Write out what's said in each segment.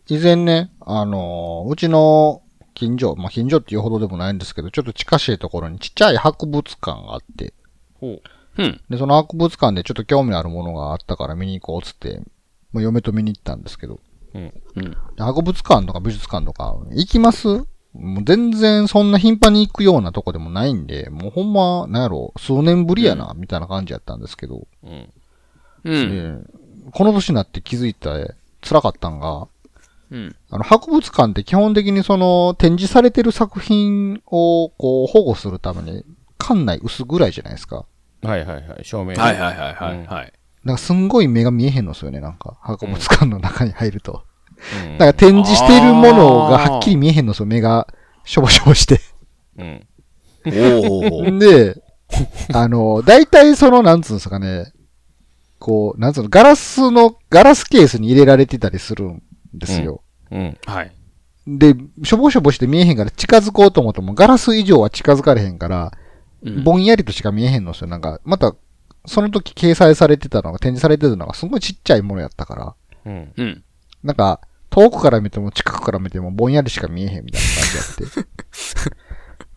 以前ね、うちの近所、まあ、近所っていうほどでもないんですけど、ちょっと近しいところにちっちゃい博物館があって、 ほう。うん。 で、その博物館でちょっと興味あるものがあったから見に行こうっつって、もう嫁と見に行ったんですけど、 うん。うん。 博物館とか美術館とか行きます？もう全然そんな頻繁に行くようなとこでもないんで、もうほんま、なんやろ、数年ぶりやな、みたいな感じやったんですけど、 うん。うん。 で、この年になって気づいた辛かったんが、 うん。 博物館って基本的にその展示されてる作品をこう保護するために館内薄暗いじゃないですか。 はいはいはい。照明ね。 はいはいはいはいはい。 なんかすんごい目が見えへんのですよね、なんか。博物館の中に入ると。 うん。 なんか展示しているものがはっきり見えへんのですよ、目がしょぼしょぼして。 うん。 おー。 で、大体その、なんつうんですかね、こう、なんつうの、ガラスケースに入れられてたりするんですよ。 うん。 はい。 で、しょぼしょぼして見えへんから近づこうと思っても、ガラス以上は近づかれへんから、ぼんやりとしか見えへんのですよ。なんか、また、その時掲載されてたのが、展示されてたのが、すごいちっちゃいものやったから、 うん。 うん。 なんか、遠くから見ても近くから見てもぼんやりしか見えへんみたいな感じやって。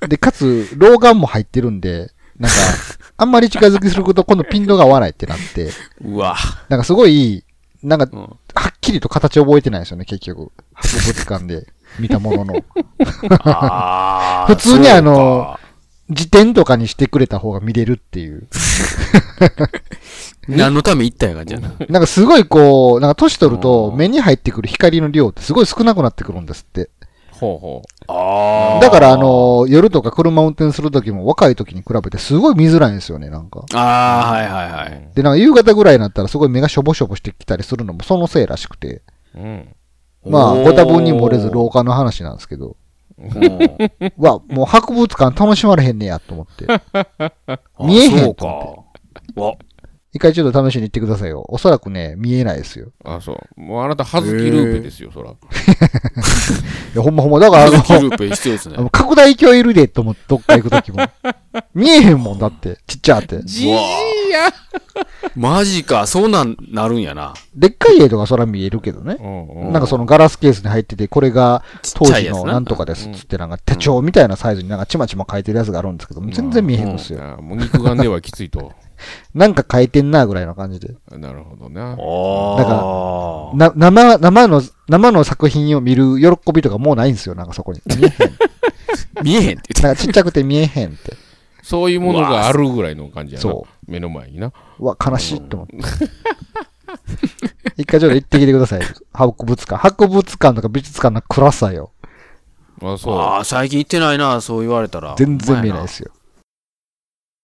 で、かつ、老眼も入ってるんで、なんか、あんまり近づきすると今度ピントが合わないってなって、 うわ。 なんかすごい、なんか、 うん。 はっきりと形覚えてないですよね、結局。博物館で見たものの。 あ普通にそうか辞典とかにしてくれた方が見れるっていう。 何のため行ったんや感じやな。 なんかすごいこう、なんか年取ると目に入ってくる光の量ってすごい少なくなってくるんですって。 ほうほああ。 だから夜とか車運転するときも若いときに比べてすごい見づらいんですよね、なんか。 ああ、はいはいはい。 で、なんか夕方ぐらいになったらすごい目がしょぼしょぼしてきたりするのもそのせいらしくて。 う。うん。 まあ、 おーご多分に漏れず廊下の話なんですけど。もう博物館楽しまれへんねやと思って。見えへんそうと思って。 か。わ、 一回ちょっと試しに行ってくださいよ。おそらくね、見えないですよ。 あ、そう。もうあなた、はずきルーペですよ、そら。 いや、ほんま、だからキループ必要ですね。 拡大鏡いるでと思ってどっか行くときも。見えへんもんだって、ちっちゃって。 じじいや。 マジか、そうなるんやな。 でっかい絵とかそら見えるけどね。 うん。 なんかそのガラスケースに入ってて、これが当時ちっちゃいやつなのなんとかですっつってなんか手帳みたいなサイズになんかちまちま書いてるやつがあるんですけど、全然見えへんんですよ。 もう肉眼ではきついと。 なんか書いてんなぐらいの感じで。 なるほどな。 ああ。 生の作品を見る喜びとかもうないんですよ、なんかそこに。見えへん。 見えへんって言っなんかちっちゃくて見えへんって。 そういうものがあるぐらいの感じやな。 そ目の前にな。 うわ、悲しいと思って。一回ちょっと行ってきてください。博物館。博物館とか美術館の暗さよ。 あ、そう。 ああ、最近行ってないな、そう言われたら。 全然見えないですよ。